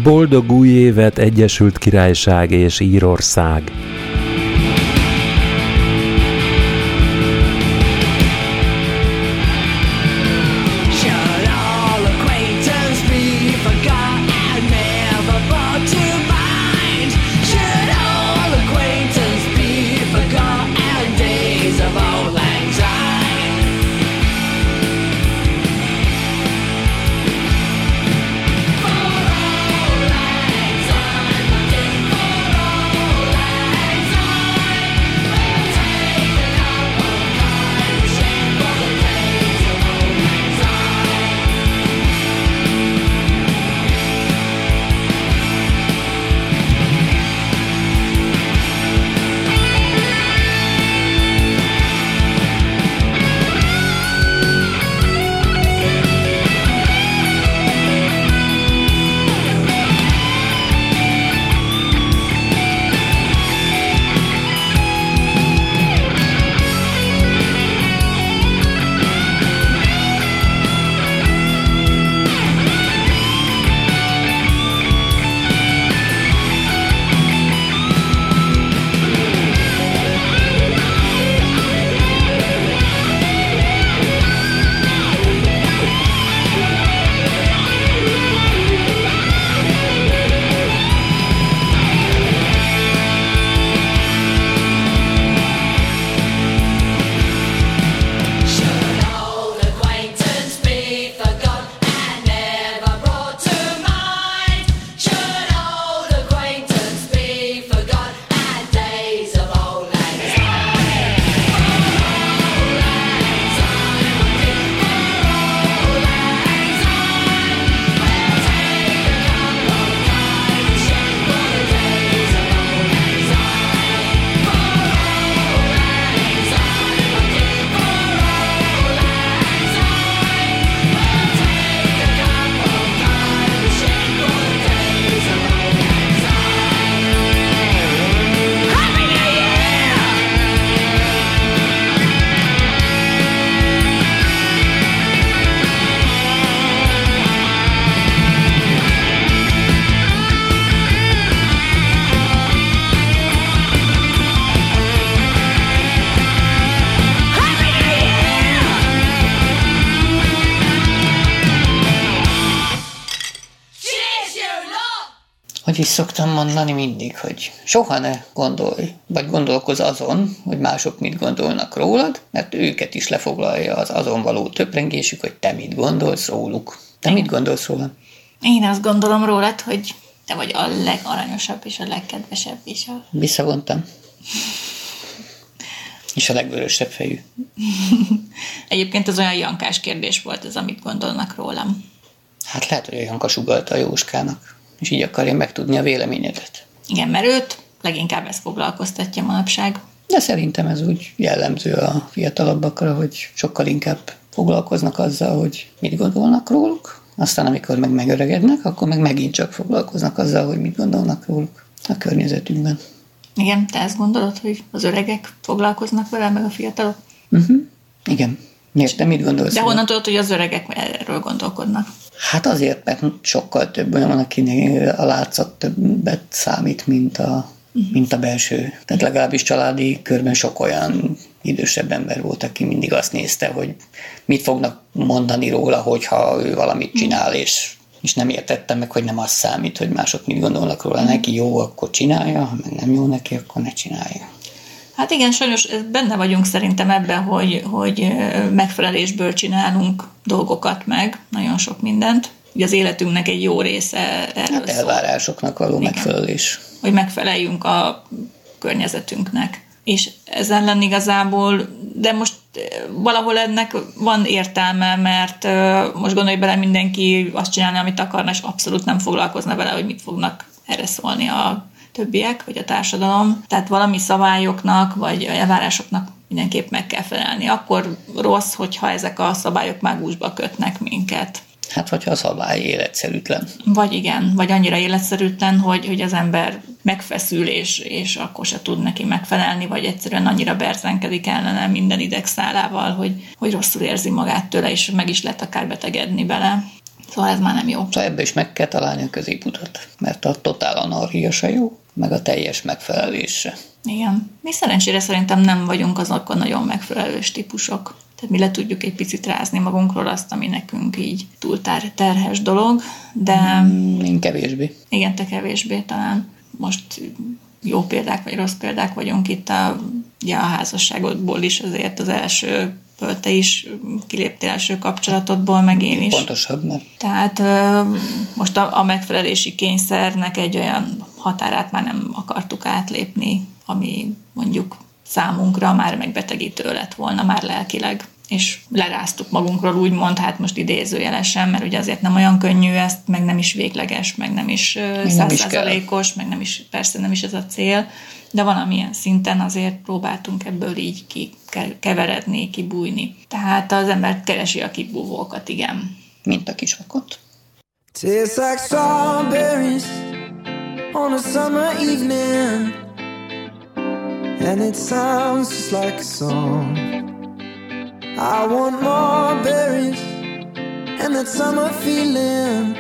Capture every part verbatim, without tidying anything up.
Boldog új évet, Egyesült Királyság és Írország! Hogy is szoktam mondani mindig, hogy soha ne gondolj, vagy gondolkozz azon, hogy mások mit gondolnak rólad, mert őket is lefoglalja az azon való töprengésük, hogy te mit gondolsz róluk. Te mit gondolsz róla? Én azt gondolom rólad, hogy te vagy a legaranyosabb és a legkedvesebb is. A... Visszavontam. És a legvörösebb fejű. Egyébként az olyan Jankás kérdés volt ez, amit gondolnak rólam. Hát lehet, hogy a Janka sugallta a Jóskának, és így akarja megtudni a véleményedet. Igen, mert őt leginkább ez foglalkoztatja manapság. De szerintem ez úgy jellemző a fiatalabbakra, hogy sokkal inkább foglalkoznak azzal, hogy mit gondolnak róluk. Aztán amikor meg megöregednek, akkor meg megint csak foglalkoznak azzal, hogy mit gondolnak róluk a környezetünkben. Igen, te ezt gondolod, hogy az öregek foglalkoznak vele, meg a fiatalok? Uh-huh. Igen. Miért? Te mit gondolsz? De honnan tudod, hogy az öregek erről gondolkodnak? Hát azért, mert sokkal több olyan van, akinek a látszat többet számít, mint a, uh-huh. mint a belső. Tehát legalábbis családi körben sok olyan idősebb ember volt, aki mindig azt nézte, hogy mit fognak mondani róla, hogyha ő valamit csinál, uh-huh. és, és nem értettem meg, hogy nem az számít, hogy mások mit gondolnak róla. Uh-huh. Neki jó, akkor csinálja, ha meg nem jó neki, akkor ne csinálja. Hát igen, sajnos benne vagyunk szerintem ebben, hogy, hogy megfelelésből csinálunk dolgokat meg, nagyon sok mindent. Ugye az életünknek egy jó része erről hát elvárásoknak való igen. megfelelés. Hogy megfeleljünk a környezetünknek. És ez ellen igazából, de most valahol ennek van értelme, mert most gondolj bele, mindenki azt csinálni, amit akarna, és abszolút nem foglalkozna vele, hogy mit fognak erre szólni a többiek, vagy a társadalom. Tehát valami szabályoknak, vagy elvárásoknak mindenképp meg kell felelni. Akkor rossz, hogyha ezek a szabályok mágusba kötnek minket. Hát, hogyha a szabály életszerűtlen. Vagy igen, vagy annyira életszerűtlen, hogy, hogy az ember megfeszül, és, és akkor se tud neki megfelelni, vagy egyszerűen annyira berzenkedik ellene minden idegszálával, hogy, hogy rosszul érzi magát tőle, és meg is lehet akár betegedni bele. Szóval ez már nem jó. Szóval ebbe is meg kell találni a középutat, mert a totál anarchia se jó, meg a teljes megfelelés se. Igen. Mi szerencsére szerintem nem vagyunk azok a nagyon megfelelős típusok. Tehát mi le tudjuk egy picit rázni magunkról azt, ami nekünk így túl terhes dolog, de... Mm, én kevésbé. Igen, te kevésbé talán. Most jó példák vagy rossz példák vagyunk itt a, ja, a házasságodból is, azért az első, te is kiléptél első kapcsolatodból, meg én is. Pontosabb, mert... Tehát most a, a megfelelési kényszernek egy olyan határát már nem akartuk átlépni, ami mondjuk számunkra már megbetegítő lett volna, már lelkileg. És leráztuk magunkról, úgymond, hát most idézőjelesen, mert ugye azért nem olyan könnyű ezt, meg nem is végleges, meg nem is százszázalékos, meg nem is, persze nem is ez a cél, de valamilyen szinten azért próbáltunk ebből így kikeveredni, kibújni. Tehát az ember keresi a kibúvókat, igen. Mint a kisakot. Tastes like strawberries on a summer evening, and it sounds just like a song. I want more berries and that summer feeling.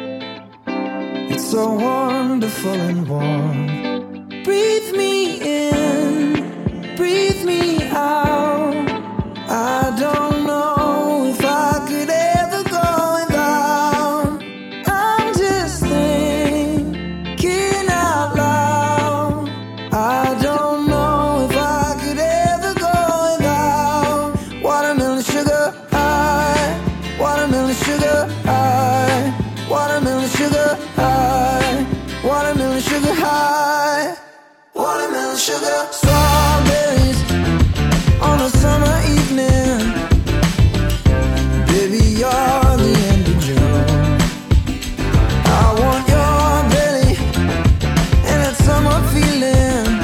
It's so wonderful and warm. Breathe me in, breathe me out. I don't know if I could ever go without. I'm just thinking out loud. I don't know if I could ever go without. Watermelon sugar high, watermelon sugar high, watermelon sugar high, watermelon sugar high, watermelon sugar. Strawberries on a summer evening. Baby, you're the end of June. I want your belly and that summer feeling,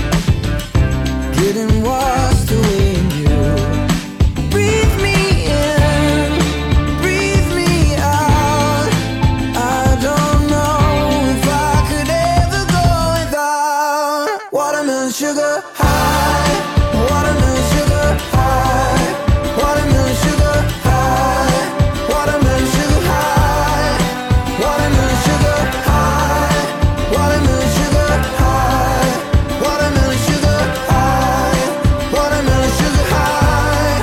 getting washed away in you. Breathe me in, breathe me out. I don't know if I could ever go without. Watermelon sugar high, watermelon sugar high, watermelon sugar high, watermelon sugar high, watermelon sugar high, watermelon sugar high, watermelon sugar high, watermelon sugar high.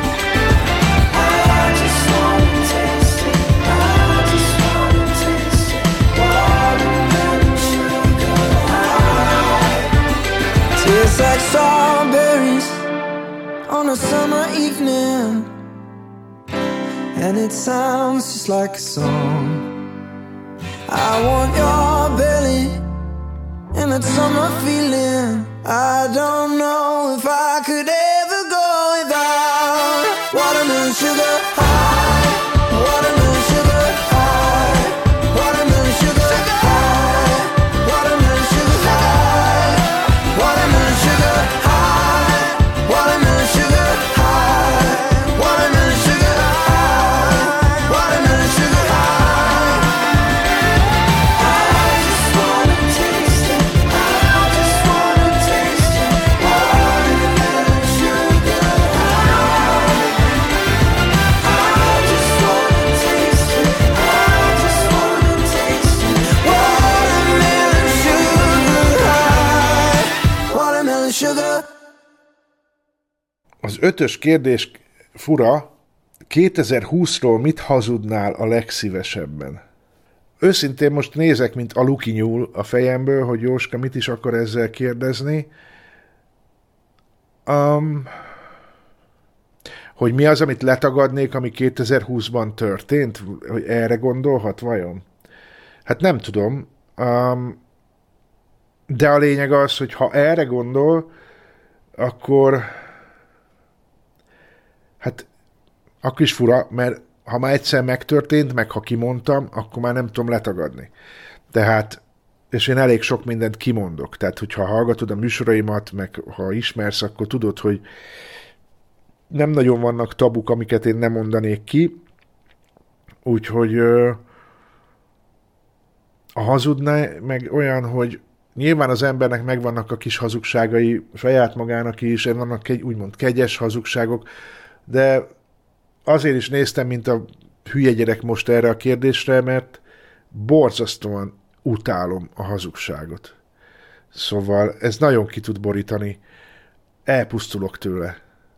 I just wanna taste it, I just wanna taste it, watermelon sugar high. Tastes like strawberries on a summer evening, and it sounds just like a song. I want your belly and that summer feeling. I don't know if I could ever go without. Watermelon sugar high, watermelon sugar high, watermelon sugar high, watermelon sugar high, watermelon sugar high, watermelon sugar high, watermelon sugar high, watermelon sugar high. I just wanna taste it, I just wanna taste it, watermelon sugar high. I just wanna taste it, I just wanna taste it, watermelon sugar high, watermelon sugar. Az ötös kérdés fura. kétezer-húszról mit hazudnál a legszívesebben? Őszintén most nézek, mint a Luki nyúl a fejemből, hogy Jóska mit is akar ezzel kérdezni. Um, hogy mi az, amit letagadnék, ami kétezer-húszban történt? Hogy erre gondolhat vajon? Hát nem tudom. Um, de a lényeg az, hogy ha erre gondol, akkor hát akkor is fura, mert ha már egyszer megtörtént, meg ha kimondtam, akkor már nem tudom letagadni. Tehát, és én elég sok mindent kimondok. Tehát, hogyha hallgatod a műsoraimat, meg ha ismersz, akkor tudod, hogy nem nagyon vannak tabuk, amiket én nem mondanék ki. Úgyhogy a hazudná meg olyan, hogy nyilván az embernek megvannak a kis hazugságai, saját magának is, vannak egy úgymond kegyes hazugságok, de azért is néztem, mint a hülye gyerek most erre a kérdésre, mert borzasztóan utálom a hazugságot. Szóval ez nagyon ki tud borítani. Elpusztulok tőle.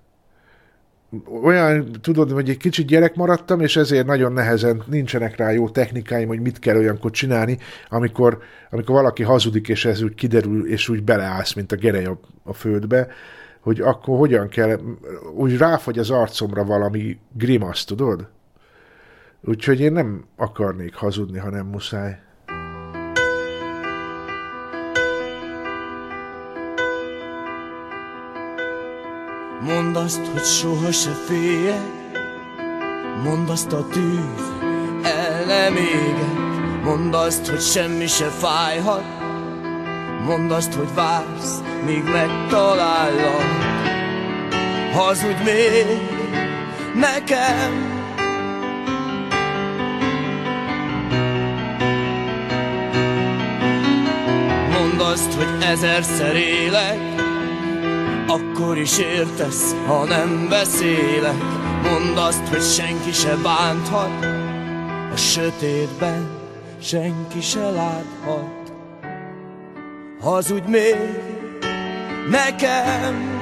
Olyan, tudod, hogy egy kicsit gyerek maradtam, és ezért nagyon nehezen nincsenek rá jó technikáim, hogy mit kell olyankor csinálni, amikor, amikor valaki hazudik, és ez úgy kiderül, és úgy beleállsz, mint a gerej a, a földbe, hogy akkor hogyan kell, úgy ráfagy az arcomra valami grimasz, tudod? Úgyhogy én nem akarnék hazudni, ha nem muszáj. Mondd azt, hogy soha se féljek, mondd azt, a tűz el nem éget, mondd azt, hogy semmi se fájhat, mondd azt, hogy vársz, míg megtalállak. Hazudj még nekem, mondd azt, hogy ezerszer élek, akkor is értesz, ha nem beszélek. Mondd azt, hogy senki se bánthat, a sötétben senki se láthat. Hazudj még nekem.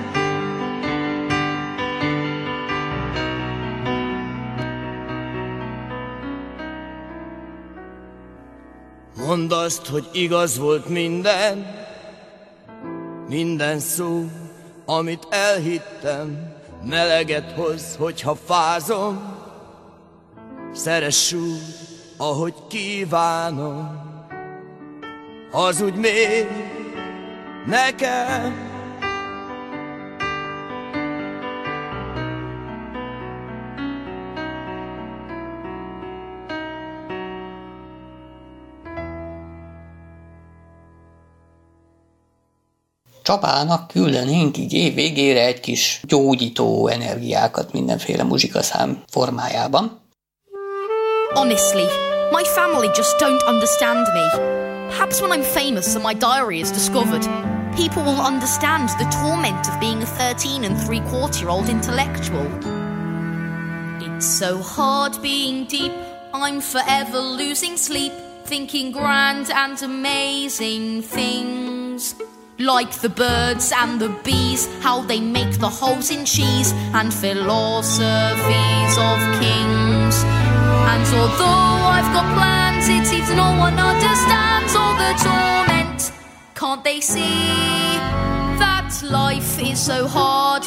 Mondd azt, hogy igaz volt minden, minden szó, amit elhittem, meleget hoz, hogyha fázom. Szeress úgy, ahogy kívánom. Hazudj még nekem. Csapának küldenénk így év végére egy kis gyógyító energiákat mindenféle muzsikaszám formájában. Honestly, my family just don't understand me. Perhaps when I'm famous and my diary is discovered, people will understand the torment of being a thirteen and three-quarter-year-old intellectual. It's so hard being deep, I'm forever losing sleep, thinking grand and amazing things. Like the birds and the bees, how they make the holes in cheese, and philosophies of kings. And although I've got plans, it seems no one understands all the torment. Can't they see that life is so hard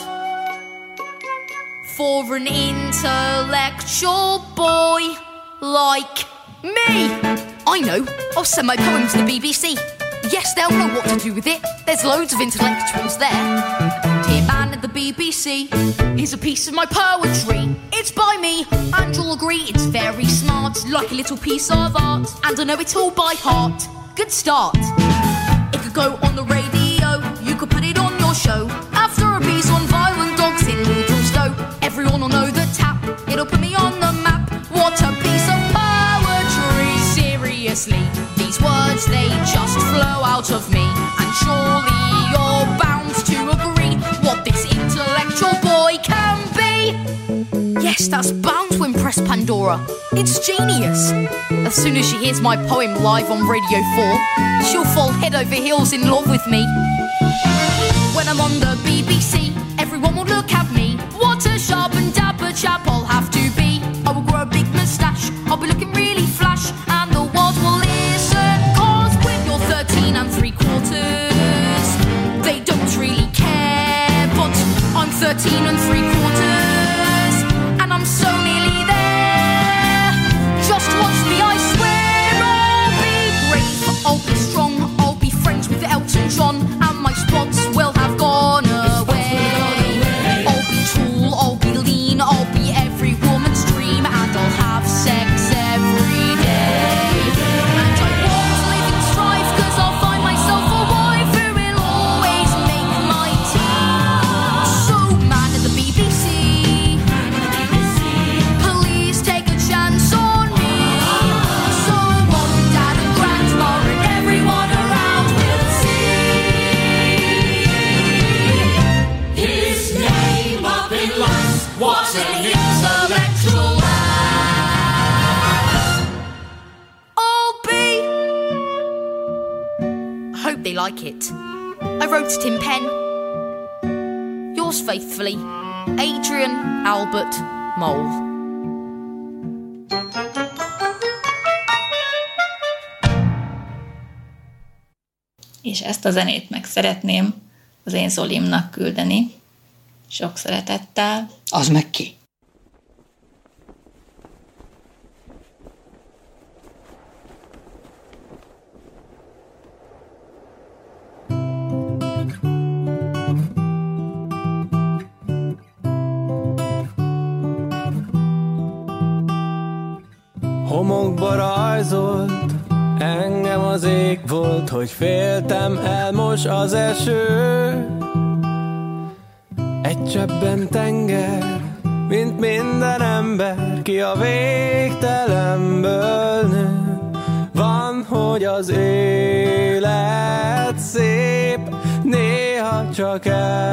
for an intellectual boy like me? I know, I'll send my poems to the B B C. Yes, they'll know what to do with it. There's loads of intellectuals there. Dear man at the B B C, here's a piece of my poetry. It's by me, and you'll agree it's very smart, like a little piece of art. And I know it all by heart. Good start. It could go on the radio, you could put it on your show. After a piece on violent dogs in Walthamstow, everyone will know the tap. It'll put me on the map. What a piece of poetry. Seriously, these words, they just flow out of me. And surely you're bound to agree what this intellectual boy can be. Yes, that's bound to impress Pandora. It's genius. As soon as she hears my poem live on Radio four, she'll fall head over heels in love with me. When I'm on the B B C, everyone will look at me. What a sharp and dapper chap I'll have to be. I will grow a big moustache, I'll be looking really flash, and the world will listen. Cause with your thirteen and three quarters, they don't really care. But I'm thirteen and three quarters, and I'm so nearly there. Just watch me, I swear. I'll be brave, I'll be strong, I'll be friends with Elton John, and my spots will have gone away. I'll be tall be like it. I wrote it in pen. Yours faithfully, Adrian Albert Mole. És ezt a zenét meg szeretném az én Zolimnak küldeni. Sok szeretettel. Az meg ki? Homokba rajzolt, engem az ég volt, hogy féltem, elmos az eső. Egy cseppben tenger, mint minden ember, ki a végtelenből nő. Van, hogy az élet szép, néha csak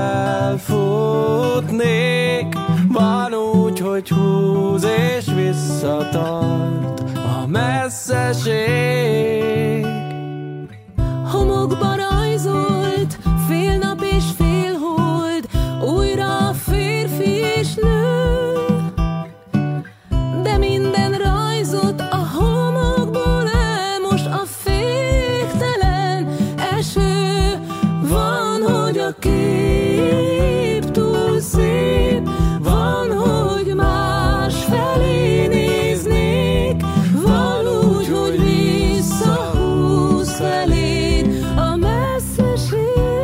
elfutnék. Van úgy, hogy húz és visszatart a messzeség. Homokba rajzolt, fél nap és fél hold, újra férfi és nő. De minden rajzot a homokból elmos a féktelen eső. Van, hogy a kép túl szép, van, hogy másfelé néznék, van úgy, hogy visszahúz feléd a messzeség.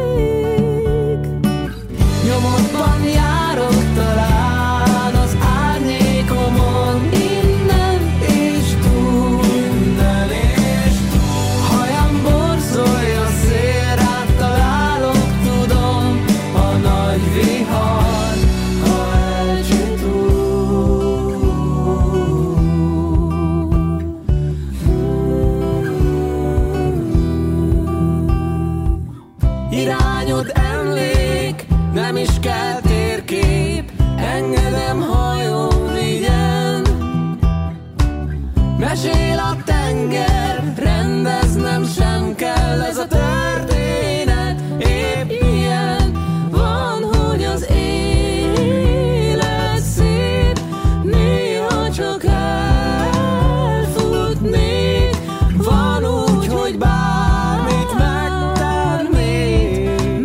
Nyomodban járok talán az árnyékomon, innen és túl, innen és túl. Hajam borzolja szélrát, találok, tudom, a nagy vihar, ha elcsitul. Irányod emlék, nem is kell térkép, engedem hajón vigyen. Mesél a tenger, rendeznem sem kell, ez a történet épp ilyen. Van, hogy az élet szép, néha csak elfutnék. Van úgy, hogy bármit megtennék,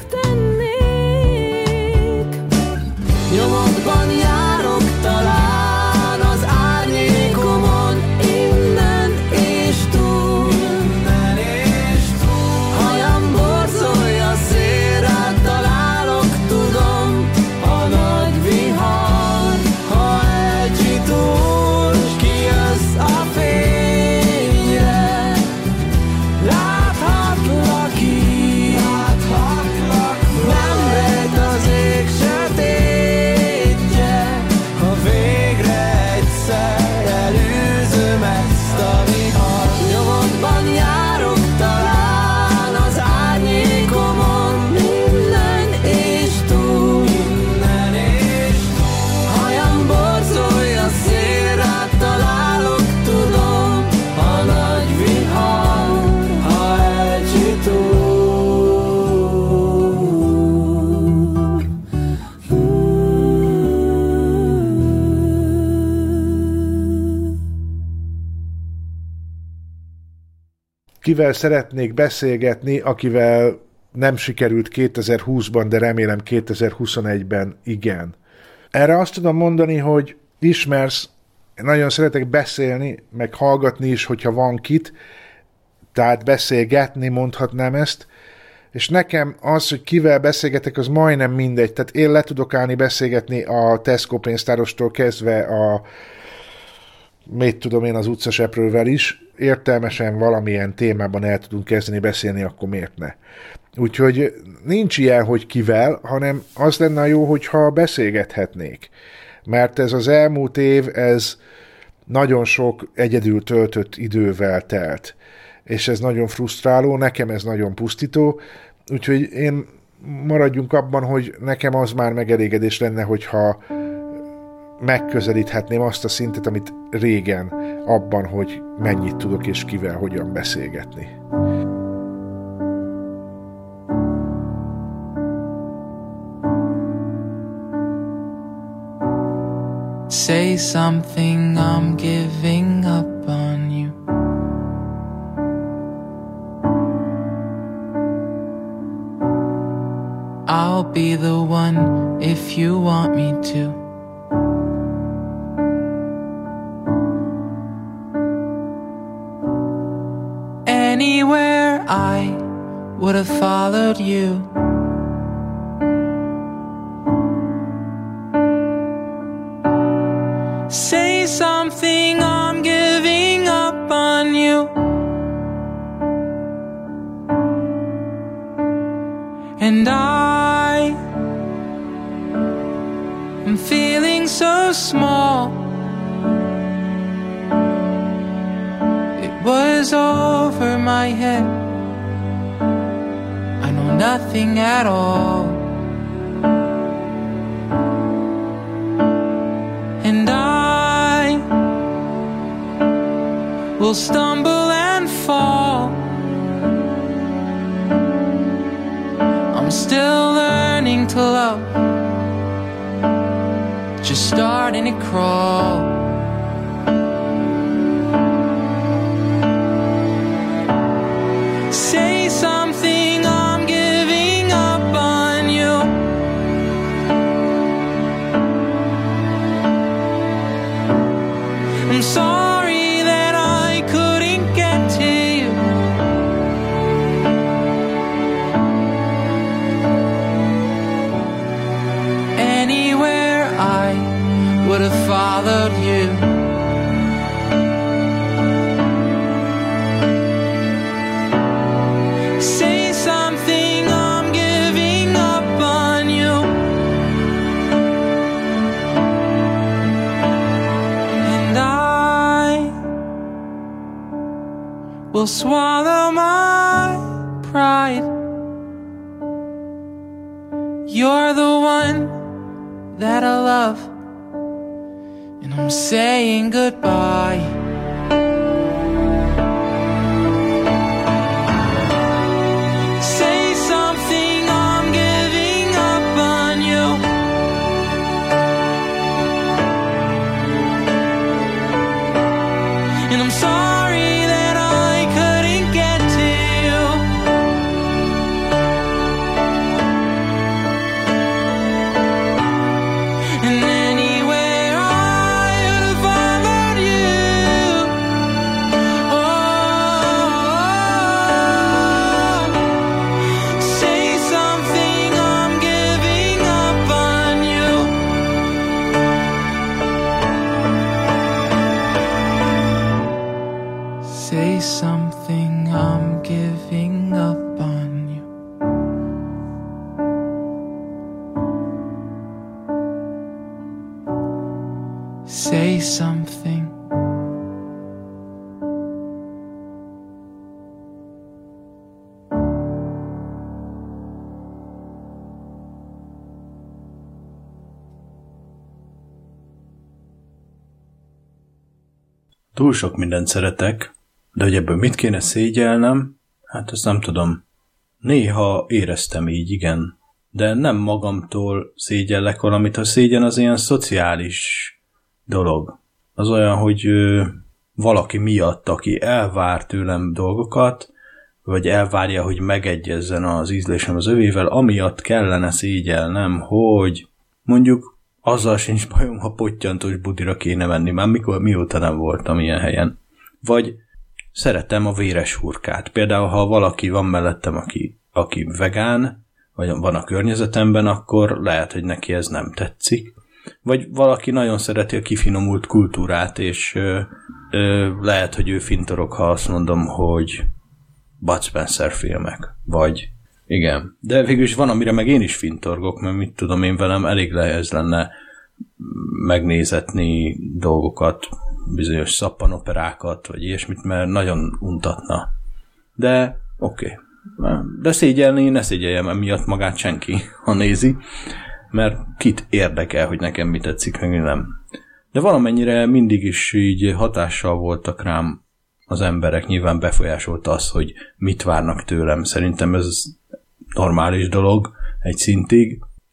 megtennék. Nyomodban járok talán az árnyékomon, innen és túl, innen és túl. Hajam borzolja szélrát, találok, tudom, a nagy vihar, ha elcsitul, s kijössz a fényre. Láthatlak így, láthatlak, nem rejt az ég sötétje, ha végre egyszer elűzöm ezt a vihar. Nyomodban járok talán az árnyékomon, innen és túl, innen és túl. Hajam borzolja szélrát, találok, tudom, a nagy vihar, ha elcsitul. Kivel szeretnék beszélgetni, akivel nem sikerült kétezer-húszban, de remélem kétezer-huszonegyben igen. Erre azt tudom mondani, hogy ismersz, nagyon szeretek beszélni, meg hallgatni is, hogyha van kit, tehát beszélgetni, mondhatnám ezt, és nekem az, hogy kivel beszélgetek, az majdnem mindegy. Tehát én le tudok állni beszélgetni a Tesco pénztárostól kezdve a mit tudom én az utcaseprővel is, értelmesen valamilyen témában el tudunk kezdeni beszélni, akkor miért ne? Úgyhogy nincs ilyen, hogy kivel, hanem az lenne jó, hogyha beszélgethetnék. Mert ez az elmúlt év, ez nagyon sok egyedül töltött idővel telt. És ez nagyon frusztráló, nekem ez nagyon pusztító, úgyhogy én maradjunk abban, hogy nekem az már megelégedés lenne, hogyha megközelíthetném azt a szintet, amit régen abban, hogy mennyit tudok és kivel hogyan beszélgetni. Say something, I'm giving up on you. I'll be the one if you want me to. Anywhere I would have followed you. Say something, I'm giving up on you. And I am feeling so small. It was over my head. I know nothing at all. And I will stumble and fall. I'm still learning to love, just starting to crawl. Say something, I'm giving up on you. I'm sorry that I couldn't get to you. Anywhere I would have followed you. Say something, I'm giving up on you. And I will swallow my pride. You're the one that I love, and I'm saying goodbye. Say something, I'm giving up on you. And I'm sorry that I couldn't get to you. And anywhere I would have followed you. Oh, say something, I'm giving up on you. Say something, I'm giving up on you. Say something. Túl sok mindent szeretek, de hogy ebből mit kéne szégyelnem, hát azt nem tudom. Néha éreztem így, igen. De nem magamtól szégyellek valamit, a szégyen az ilyen szociális dolog. Az olyan, hogy ö, valaki miatt, aki elvár tőlem dolgokat, vagy elvárja, hogy megegyezzen az ízlésem az övével, amiatt kellene szégyelnem, hogy mondjuk azzal sincs bajom, ha pottyantós budira kéne menni, már mikor, mióta nem voltam ilyen helyen. Vagy szeretem a véres hurkát. Például, ha valaki van mellettem, aki, aki vegán, vagy van a környezetemben, akkor lehet, hogy neki ez nem tetszik. Vagy valaki nagyon szereti a kifinomult kultúrát, és ö, ö, lehet, hogy ő fintorog, ha azt mondom, hogy Bud Spencer filmek. Vagy igen. De végül is van, amire meg én is fintorgok, mert mit tudom én velem, elég lehez lenne megnézetni dolgokat, bizonyos szappanoperákat, vagy ilyesmit, mert nagyon untatna. De oké. Okay. De szégyelni, ne szégyeljem emiatt magát senki, ha nézi, mert kit érdekel, hogy nekem mi tetszik, meg nem. De valamennyire mindig is így hatással voltak rám az emberek, nyilván befolyásolta az, hogy mit várnak tőlem. Szerintem ez normális dolog egy szintig,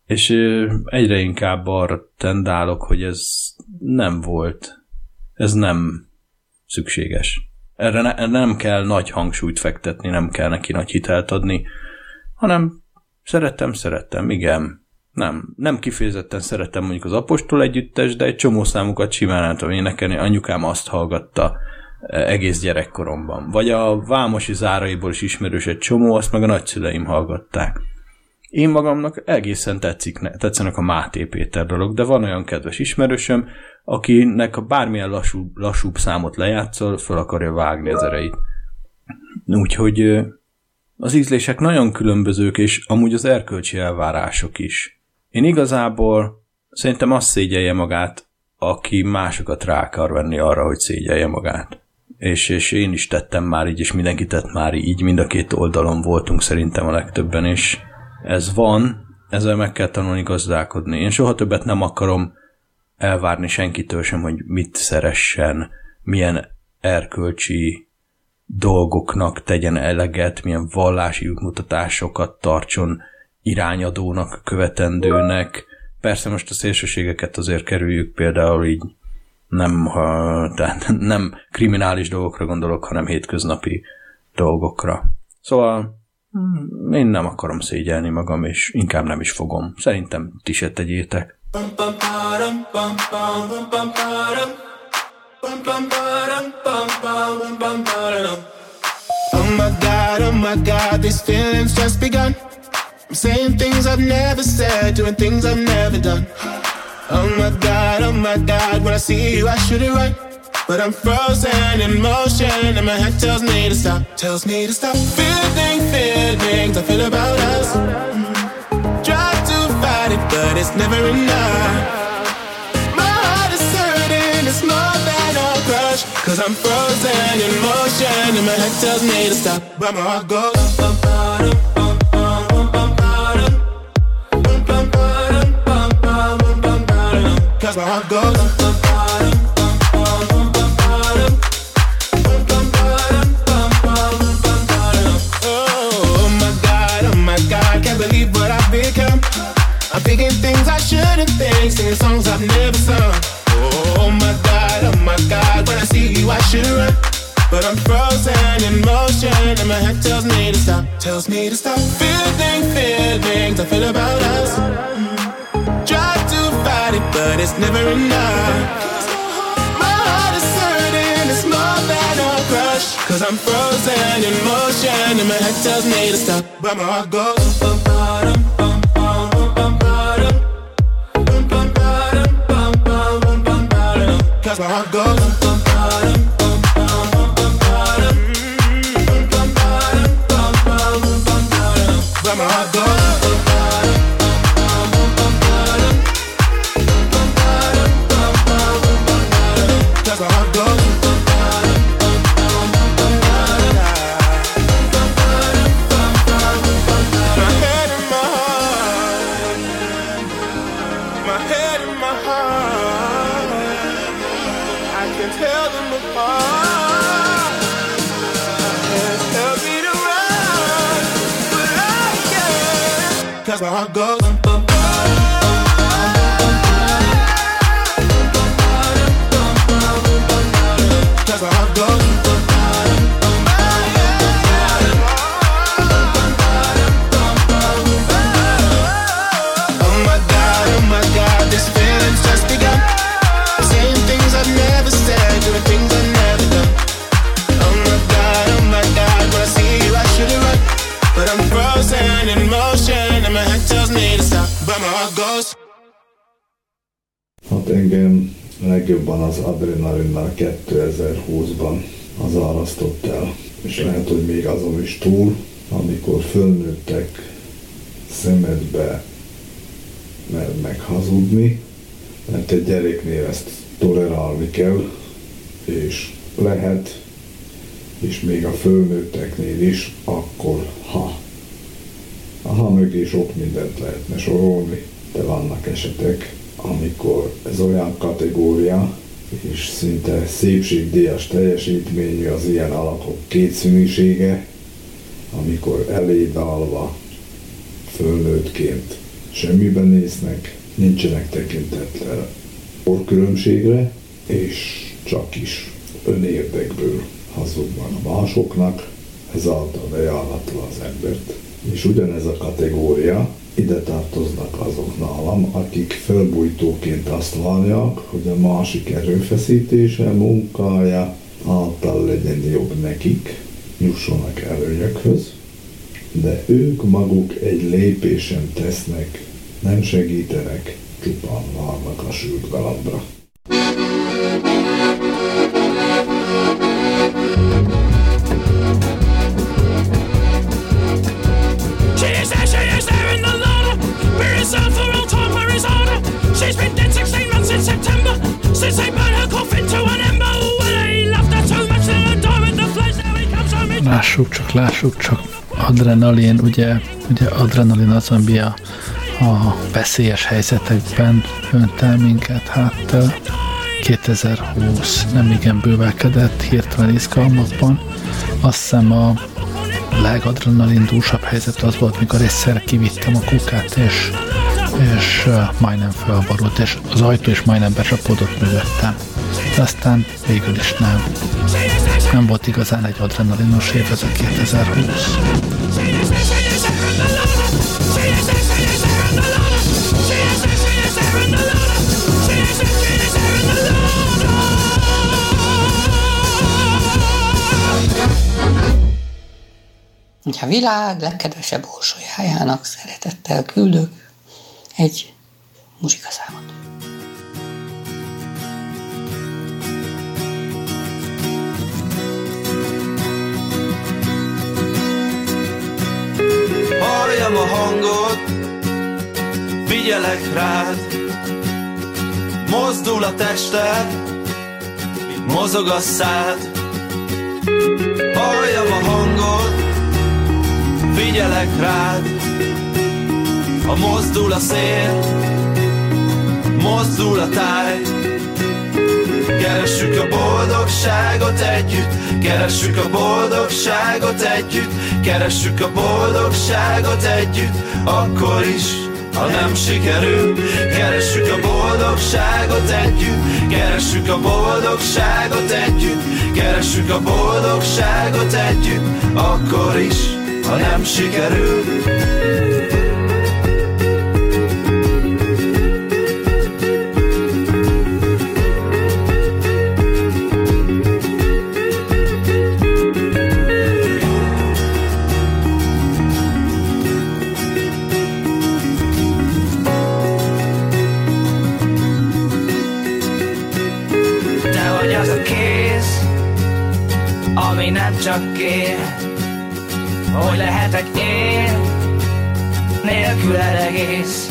És egyre inkább arra tendálok, hogy ez nem volt, ez nem szükséges. Erre, ne, erre nem kell nagy hangsúlyt fektetni, nem kell neki nagy hitelt adni, hanem szerettem, szerettem, igen. Nem, nem kifejezetten szerettem mondjuk az Apostol együttes, de egy csomó számukat simán el tudom énekelni, anyukám azt hallgatta egész gyerekkoromban. Vagy a Vámosi Záraiból is ismerős egy csomó, azt meg a nagyszüleim hallgatták. Én magamnak egészen tetszik, tetszenek a Máté Péter dolog, de van olyan kedves ismerősöm, akinek a bármilyen lassú, lassúbb számot lejátszol, föl akarja vágni az ereit. Úgyhogy az ízlések nagyon különbözők, és amúgy az erkölcsi elvárások is. Én igazából szerintem azt szégyelje magát, aki másokat rá akar venni arra, hogy szégyelje magát. És, és én is tettem már így, és mindenki tett már így, mind a két oldalon voltunk szerintem a legtöbben, és ez van, ezzel meg kell tanulni gazdálkodni. Én soha többet nem akarom elvárni senkitől sem, hogy mit szeressen, milyen erkölcsi dolgoknak tegyen eleget, milyen vallási útmutatásokat tartson irányadónak, követendőnek. Persze most a szélsőségeket azért kerüljük, például így nem, ha, tehát nem kriminális dolgokra gondolok, hanem hétköznapi dolgokra. Szóval én nem akarom szégyelni magam, és inkább nem is fogom. Szerintem ti se tegyétek. Oh my God, oh my God, these feelings just begun. I'm saying things I've never said, doing things I've never done. Oh my God, oh my God, when I see you I should it right, but I'm frozen in motion and my head tells me to stop, tells me to stop. Feeling, feelings I feel about us. Try to fight it, but it's never enough. My heart is hurting, it's more than a crush, cause I'm frozen in motion and my head tells me to stop, but my heart goes bum, bum, bum, bum, bum, bum, bum, bum, bum, bum, bum, bum, cause my heart goes bum, bum, bum, bum, bum, bum, oh my God, oh my God, can't believe what I've become. I'm thinking things I shouldn't think, singing songs I've never sung. Oh my God, oh my God, when I see you I should run, but I'm frozen in motion and my head tells me to stop, tells me to stop. Feeling, feelings I feel about us. Try to fight it, but it's never enough. My heart is hurting, it's more than a crush, cause I'm frozen in motion and my head tells me to stop, but my heart goes bum, bum, bum, bum, bum, bum, bum, bum, bum, bum, bum, bum, cause my heart goes bum, bum, bum, bum, bum, bum, bum, bum, bum, but my heart goes cause my heart goes bum, bum, bum, cause my heart goes oh my God, oh my God, this feeling's just begun. Saying things I've never said, doing things I've never done. Oh my God, oh my God, when I see you I should have run, but I'm frozen in motion and my head tells me to stop, but my heart goes. Hát engem legjobban az Adrenalinnal kétezer-húszban az árasztott el, és lehet, hogy még azon is túl, amikor fölnőttek szemedbe mernek hazudni, mert egy gyereknél ezt tolerálni kell, és lehet, és még a fölnőtteknél is, akkor ha. Ha mögé sok mindent lehetne sorolni, de vannak esetek, amikor ez olyan kategória, és szinte szépségdíjas teljesítményű az ilyen alakok kétszínűsége, amikor elébe állva fölnőttként semmiben néznek, nincsenek tekintettel orkülönbségre, és csak is önérdekből hazudnak másoknak, ezáltal bejáratva az embert. És ugyanez a kategória, ide tartoznak azok nálam, akik felbújtóként azt várják, hogy a másik erőfeszítése, munkája által legyen jobb nekik, jussanak előnyökhöz, de ők maguk egy lépésen tesznek, nem segítenek, csupán várnak a sült galambra. Lássuk csak, lássuk csak, adrenalin, ugye, ugye adrenalin az, ami a, a veszélyes helyzetekben önt el minket, hát kétezer-húsz nem igen bővelkedett hirtelen izgalmakban. Azt hiszem a legadrenalindúsabb helyzet az volt, mikor egyszer kivittem a kukát, és, és majdnem felborult, és az ajtó is majdnem becsapódott mögöttem. De aztán végül is nem. Nem volt igazán egy adrenalinos év ez a kétezer-húsz. A világ legkedvesebb orsolyájának szeretettel küldök egy muzsikaszámot. Halljam a hangot, figyelek rád, mozdul a tested, mozog a szád. Halljam a hangot, figyelek rád, ha mozdul a szél, mozdul a táj. Keressük a boldogságot együtt, keressük a boldogságot együtt, keressük a boldogságot együtt, akkor is, ha nem sikerül. Keressük a boldogságot együtt, keressük a boldogságot együtt, keressük a boldogságot együtt, akkor is, ha nem sikerül. Ami nem csak kér, hogy lehetek én, nélküled egész.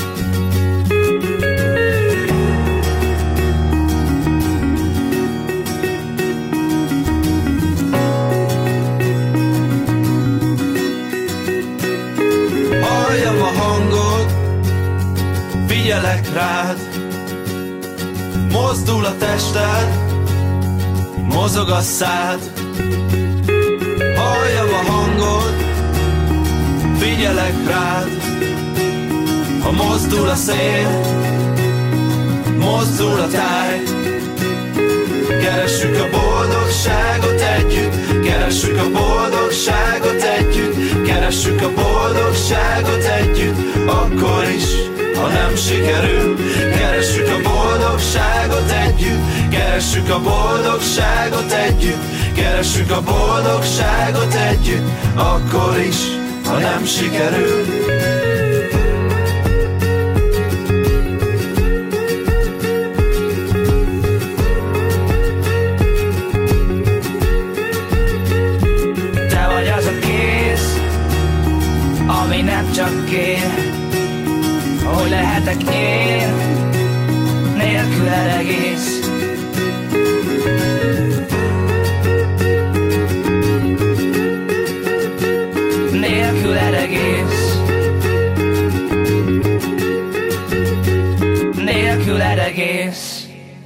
Halljam a hangot, figyelek rád, mozdul a tested, mozog a szád. Halljam a hangot, figyelek rád, ha mozdul a szél, mozdul a táj. Keressük a boldogságot együtt, keressük a boldogságot együtt, keressük a boldogságot együtt, akkor is, ha nem sikerül. Keressük a boldogságot együtt, keressük a boldogságot együtt, keressük a boldogságot együtt, akkor is, ha nem sikerül. Te vagy az a kéz, ami nem csak kér, hogy lehetek én, nélküled egész. Nélküled egész. Nélküled egész.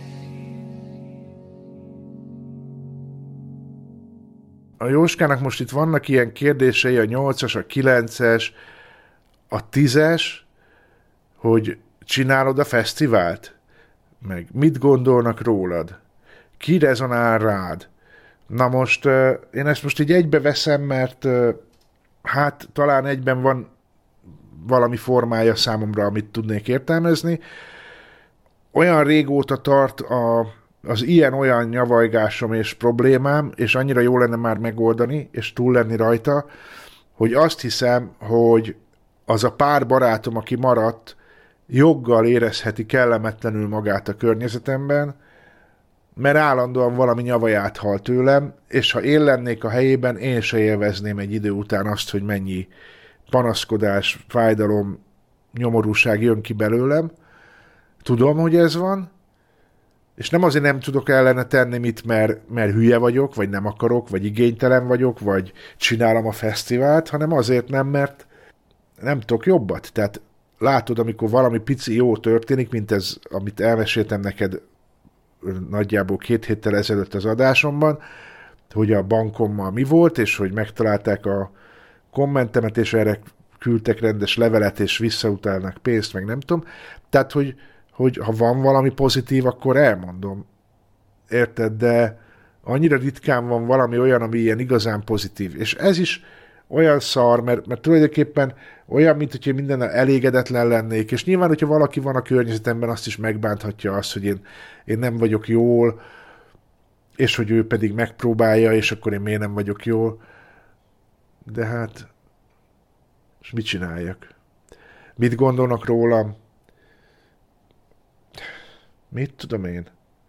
A Jóskának most itt vannak ilyen kérdései, a nyolcas, a kilences, a tízes, hogy csinálod a fesztivált? Meg mit gondolnak rólad? Ki rezonál rád? Na most én ezt most így egybe veszem, mert hát talán egyben van valami formája számomra, amit tudnék értelmezni. Olyan régóta tart a, az ilyen-olyan nyavajgásom és problémám, és annyira jó lenne már megoldani, és túl lenni rajta, hogy azt hiszem, hogy az a pár barátom, aki maradt, joggal érezheti kellemetlenül magát a környezetemben, mert állandóan valami nyavaját hal tőlem, és ha én lennék a helyében, én se élvezném egy idő után azt, hogy mennyi panaszkodás, fájdalom, nyomorúság jön ki belőlem. Tudom, hogy ez van, és nem azért nem tudok ellene tenni mit, mert, mert hülye vagyok, vagy nem akarok, vagy igénytelen vagyok, vagy csinálom a fesztivált, hanem azért nem, mert nem tudok jobbat. Tehát látod, amikor valami pici jó történik, mint ez, amit elmeséltem neked nagyjából két héttel ezelőtt az adásomban, hogy a bankommal mi volt, és hogy megtalálták a kommentemet, és erre küldtek rendes levelet, és visszautálnak pénzt, meg nem tudom. Tehát, hogy, hogy ha van valami pozitív, akkor elmondom. Érted? De annyira ritkán van valami olyan, ami ilyen igazán pozitív. És ez is olyan szar, mert, mert tulajdonképpen olyan, mint hogy én mindennel elégedetlen lennék, és nyilván, hogyha valaki van a környezetemben, azt is megbánthatja azt, hogy én, én nem vagyok jól, és hogy ő pedig megpróbálja, és akkor én miért nem vagyok jól. De hát, és mit csináljak? Mit gondolnak rólam? Mit tudom én?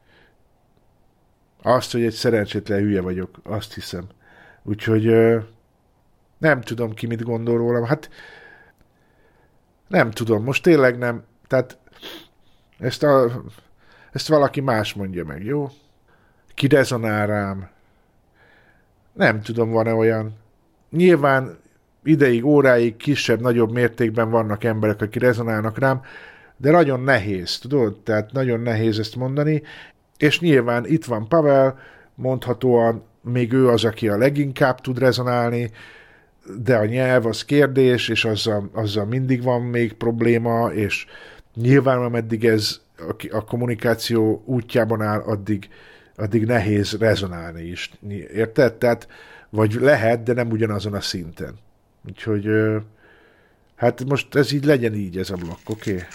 Azt, hogy egy szerencsétlen hülye vagyok, azt hiszem. Úgyhogy nem tudom ki mit gondol rólam. Hát nem tudom, most tényleg nem. Tehát ezt, a, ezt valaki más mondja meg, jó? Ki rezonál rám? Nem tudom, van-e olyan. Nyilván ideig, óráig, kisebb, nagyobb mértékben vannak emberek, akik rezonálnak rám, de nagyon nehéz, tudod? Tehát nagyon nehéz ezt mondani, és nyilván itt van Pavel, mondhatóan még ő az, aki a leginkább tud rezonálni, de a nyelv az kérdés, és azzal, azzal mindig van még probléma, és nyilván ameddig ez a, a kommunikáció útjában áll, addig, addig nehéz rezonálni is. Érted? Tehát, vagy lehet, de nem ugyanazon a szinten. Úgyhogy hát most ez így legyen így, ez a blokk, oké? Okay?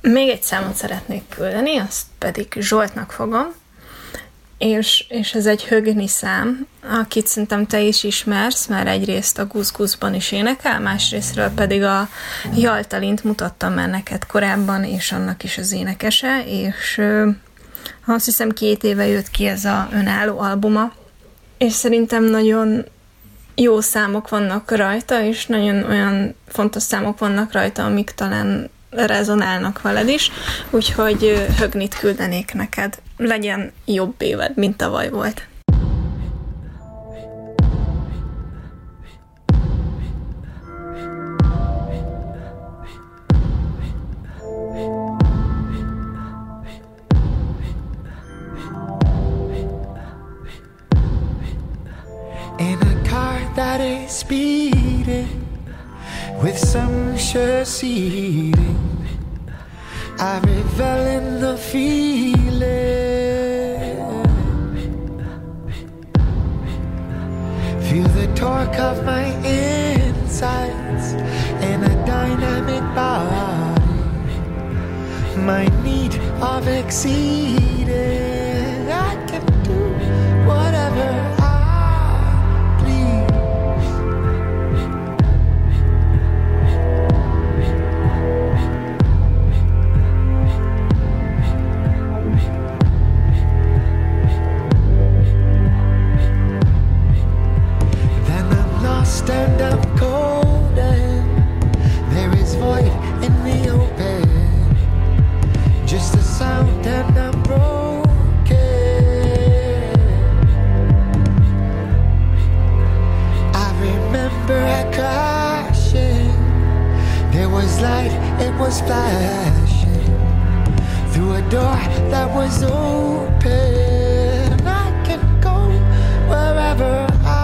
Még egy számot szeretnék küldeni, azt pedig Zsoltnak fogom, és, és ez egy Högni szám, akit szerintem te is ismersz, mert egyrészt a Gusz-Guszban is énekel, másrésztről pedig a Jaltalint mutattam már neked korábban, és annak is az énekese, és ö, azt hiszem két éve jött ki ez a önálló albuma, és szerintem nagyon jó számok vannak rajta, és nagyon olyan fontos számok vannak rajta, amik talán rezonálnak veled is, úgyhogy Högnit küldenék neked. Legyen jobb éved, mint tavaly volt. In a car that is speeding with some sure seating, I revel in the feeling. Feel the torque of my insides in a dynamic body. My need of exceeding, I can do whatever and I'm cold and there is void in the open, just a sound and I'm broken. I remember I crashing, there was light, it was flashing through a door that was open. I can go wherever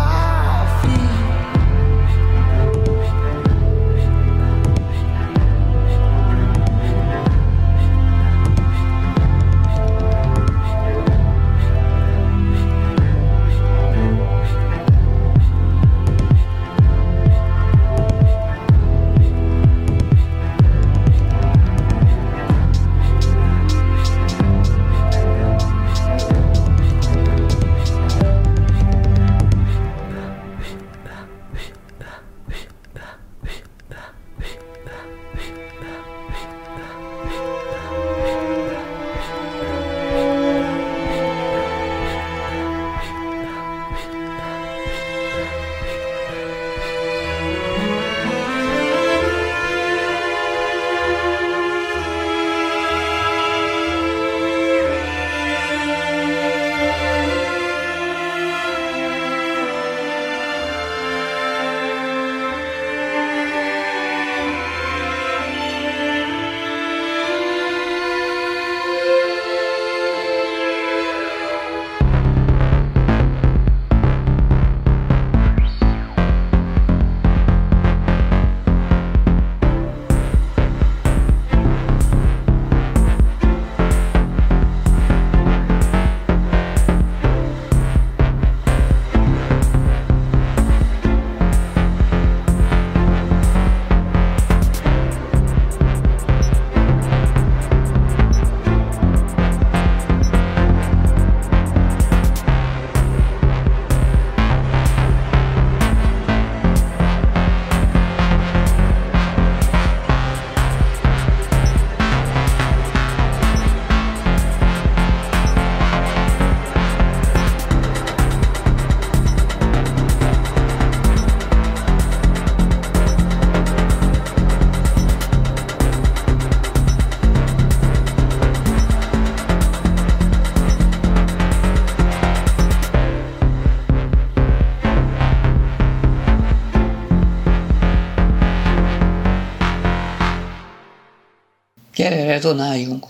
Gyere, rezonáljunk.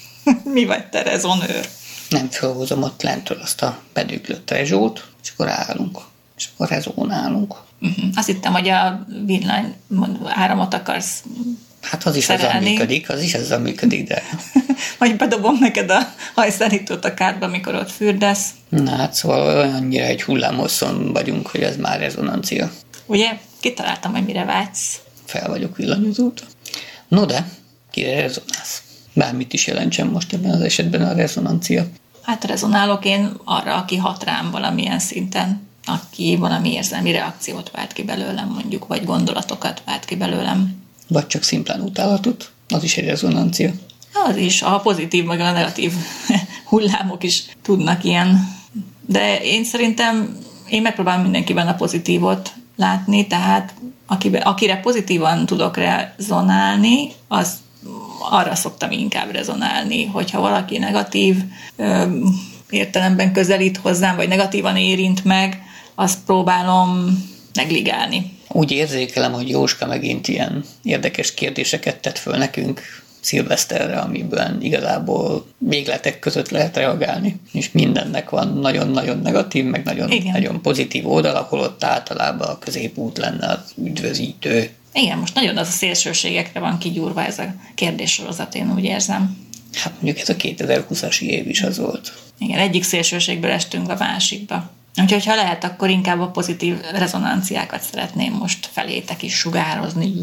Mi vagy te rezonőr? Nem fölhozom ott lentről azt a bedüglött rezsót, és akkor állunk, és akkor rezonálunk. Uh-huh. Azt hittem, hogy a villany áramot akarsz Hát az is szerelni. azzal működik, az is azzal működik, de... Vagy bedobom neked a hajszárítót a kádba, amikor ott fürdesz. Na hát szóval olyannyira egy hullámhosszon vagyunk, hogy ez már rezonancia. Ugye? Kitaláltam, hogy mire vágysz. Fel vagyok villanyozóta. No de, kire rezonálsz? Bármit is jelentsen most ebben az esetben a rezonancia. Hát rezonálok én arra, aki hat rám valamilyen szinten, aki valami érzelmi reakciót vált ki belőlem, mondjuk, vagy gondolatokat vált ki belőlem. Vagy csak szimplán utálatot, az is egy rezonancia. Az is, a pozitív, meg a negatív hullámok is tudnak ilyen. De én szerintem, én megpróbálom mindenkiben a pozitívot látni, tehát akibe, akire pozitívan tudok rezonálni, az arra szoktam inkább rezonálni, hogyha valaki negatív ö, értelemben közelít hozzám, vagy negatívan érint meg, azt próbálom negligálni. Úgy érzékelem, hogy Jóska megint ilyen érdekes kérdéseket tett föl nekünk szilveszterre, amiből igazából végletek között lehet reagálni, és mindennek van nagyon-nagyon negatív, meg nagyon-nagyon pozitív oldal, ahol ott általában a középút lenne az üdvözítő. Igen, most nagyon az a szélsőségekre van kigyúrva ez a kérdéssorozat, én úgy érzem. Hát mondjuk ez a kétezer-húszas év is az volt. Igen, egyik szélsőségből estünk a másikba. Úgyhogy ha lehet, akkor inkább a pozitív rezonanciákat szeretném most felétek is sugározni.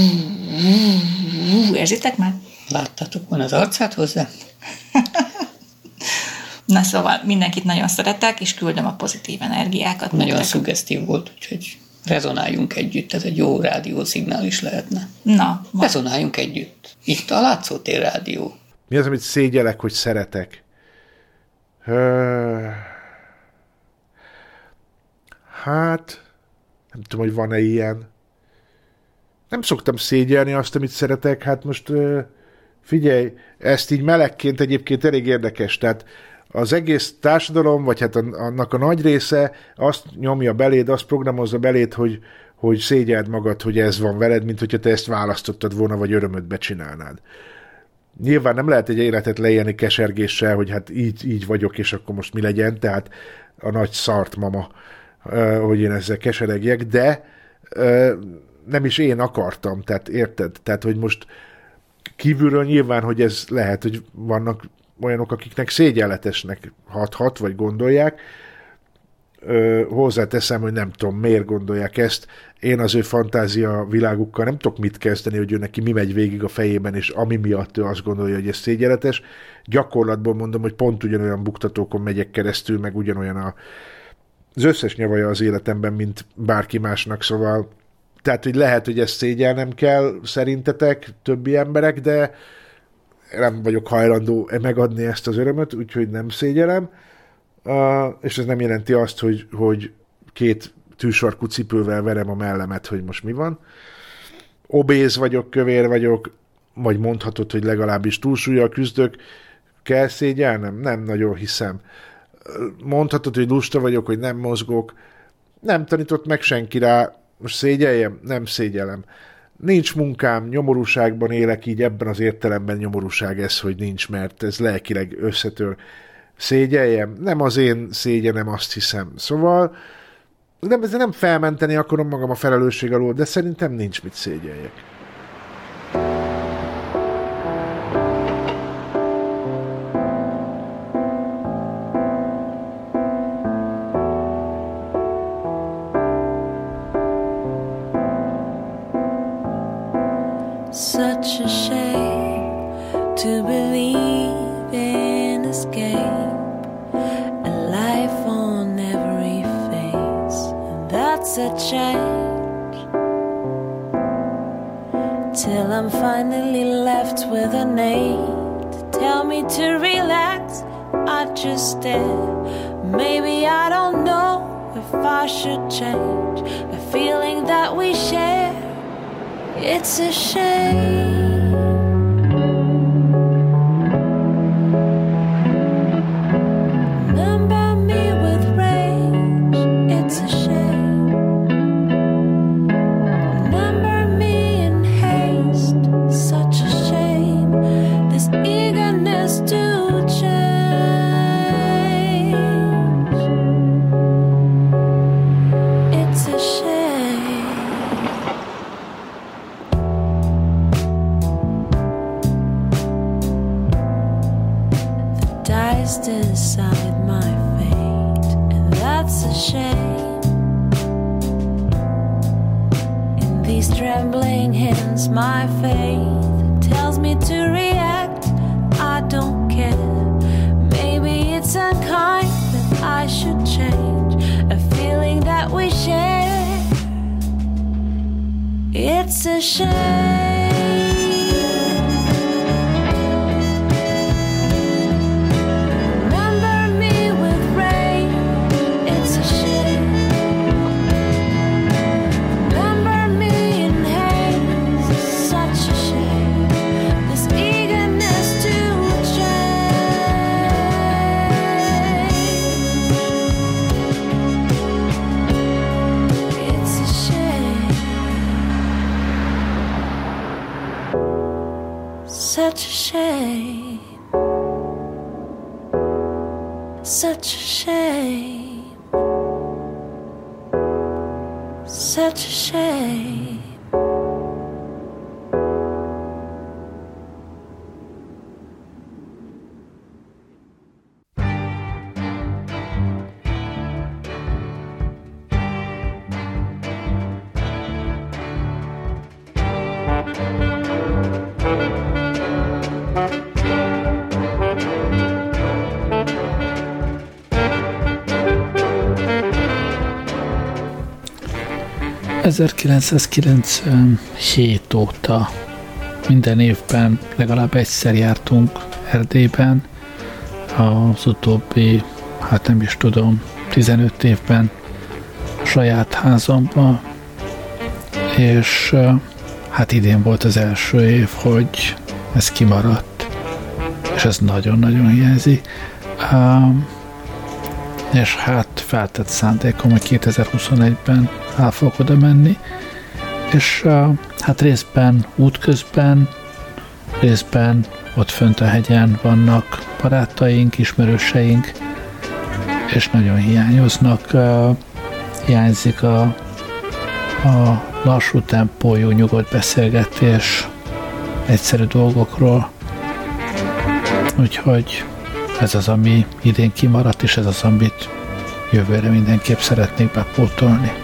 Érzitek már? Láttátok volna az arcát hozzá? Na szóval mindenkit nagyon szeretek, és küldöm a pozitív energiákat. Nagyon nektek. Szuggesztív volt, úgyhogy rezonáljunk együtt, ez egy jó rádiószignál is lehetne. Na. Van. Rezonáljunk együtt. Itt a Látszótér Rádió. Mi az, amit szégyellek, hogy szeretek? Hát, nem tudom, hogy van-e ilyen. Nem szoktam szégyelni azt, amit szeretek. Hát most figyelj, ezt így melegként egyébként elég érdekes. Tehát az egész társadalom, vagy hát annak a nagy része azt nyomja beléd, azt programozza beléd, hogy, hogy szégyeld magad, hogy ez van veled, mint hogyha te ezt választottad volna, vagy örömödbe csinálnád. Nyilván nem lehet egy életet leélni kesergéssel, hogy hát így, így vagyok, és akkor most mi legyen, tehát a nagy szart mama, hogy én ezzel keseregjek, de nem is én akartam, tehát érted? Tehát, hogy most kívülről nyilván, hogy ez lehet, hogy vannak olyanok, akiknek szégyenletesnek hathat, vagy gondolják. Ö, hozzáteszem, hogy nem tudom, miért gondolják ezt. Én az ő fantázia világukkal nem tudok mit kezdeni, hogy ő neki mi megy végig a fejében, és ami miatt ő azt gondolja, hogy ez szégyenletes. Gyakorlatban mondom, hogy pont ugyanolyan buktatókon megyek keresztül, meg ugyanolyan a, az összes nyavaja az életemben, mint bárki másnak, szóval tehát, hogy lehet, hogy ezt szégyelnem kell szerintetek, többi emberek, de nem vagyok hajlandó megadni ezt az örömöt, úgyhogy nem szégyelem, uh, és ez nem jelenti azt, hogy, hogy két tűsarkú cipővel verem a mellemet, hogy most mi van. Obéz vagyok, kövér vagyok, vagy mondhatod, hogy legalábbis túlsúllyal küzdök, kell szégyelnem? Nem nagyon hiszem. Mondhatod, hogy lusta vagyok, hogy nem mozgok, nem tanított meg senki rá, most szégyeljem? Nem szégyelem. Nincs munkám, nyomorúságban élek, így ebben az értelemben nyomorúság ez, hogy nincs, mert ez lelkileg összetör. Szégyeljem? Nem az én szégyenem, azt hiszem. Szóval nem, ezzel nem felmenteni akarom magam a felelősség alól, de szerintem nincs mit szégyeljek. Such a shame to believe in escape, a life on every face, and that's a change. Till I'm finally left with a name to tell me to relax, I just stare. Maybe I don't know if I should change the feeling that we share. It's a shame. Number me with rage. It's a shame. Number me in haste. Such a shame. This eagerness to change. It's a shame. Decide my fate, and that's a shame. In these trembling hands, my faith tells me to react. to change a feeling that we share. It's a shame. Such a shame, such a shame, such a shame. ezerkilencszázkilencvenhét óta minden évben legalább egyszer jártunk Erdélyben, az utóbbi, hát nem is tudom, tizenöt évben saját házamban, és hát idén volt az első év, hogy ez kimaradt, és ez nagyon-nagyon hiányzik. Um, és hát feltett szándékom, hogy kétezer-huszonegyben el fogok oda menni, és uh, hát részben útközben, részben ott fönt a hegyen vannak barátaink, ismerőseink, és nagyon hiányoznak. Uh, hiányzik a, a lassú tempójú, nyugodt beszélgetés egyszerű dolgokról, úgyhogy ez az, ami idén kimaradt, és ez az, amit jövőre mindenképp szeretnék bepótolni.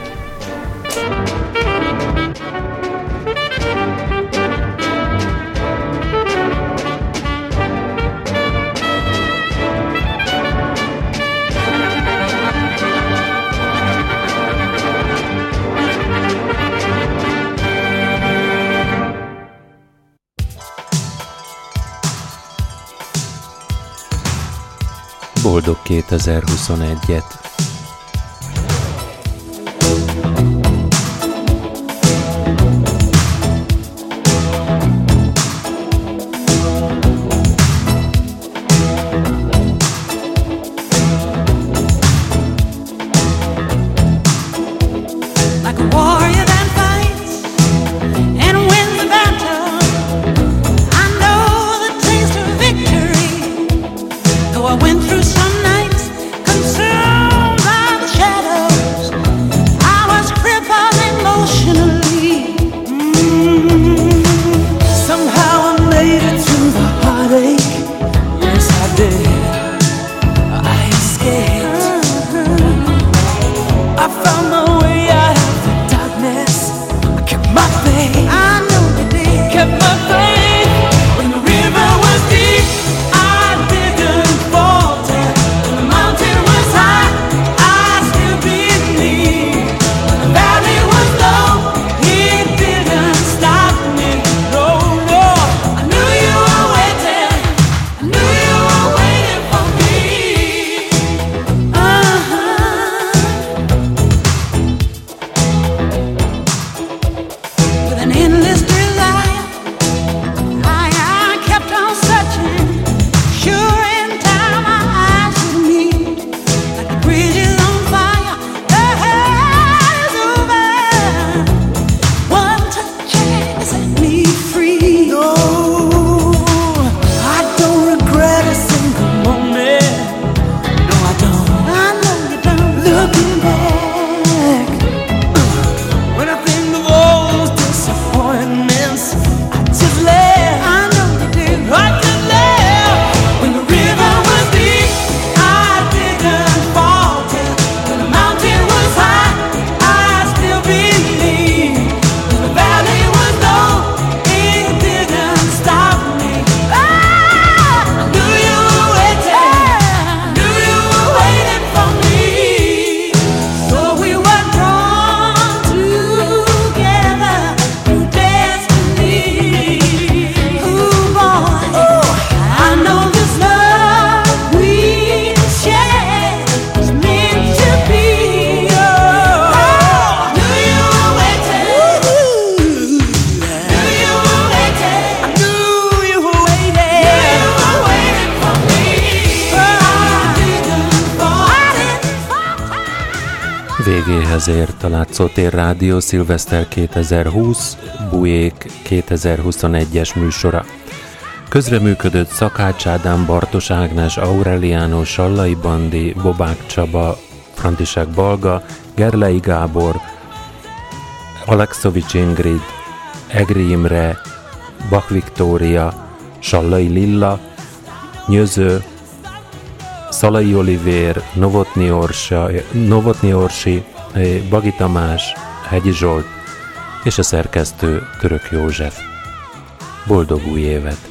Boldog kétezer-huszonegyet! I went through some nights consumed by Végéhez ért a Látszótér Rádió Szilveszter kétezer-húsz, Bujék kétezer-huszonegyes műsora. Közreműködött Szakács Ádám, Bartos Ágnes, Aureliano, Sallai Bandi, Bobák Csaba, František Balga, Gerlei Gábor, Alexovics Ingrid, Egri Imre, Bach Viktória, Sallai Lilla, Nyöző, Szalai Olivér, Novotny, Orsa, Novotny Orsi, Bagi Tamás, Hegyi Zsolt és a szerkesztő Török József. Boldog új évet!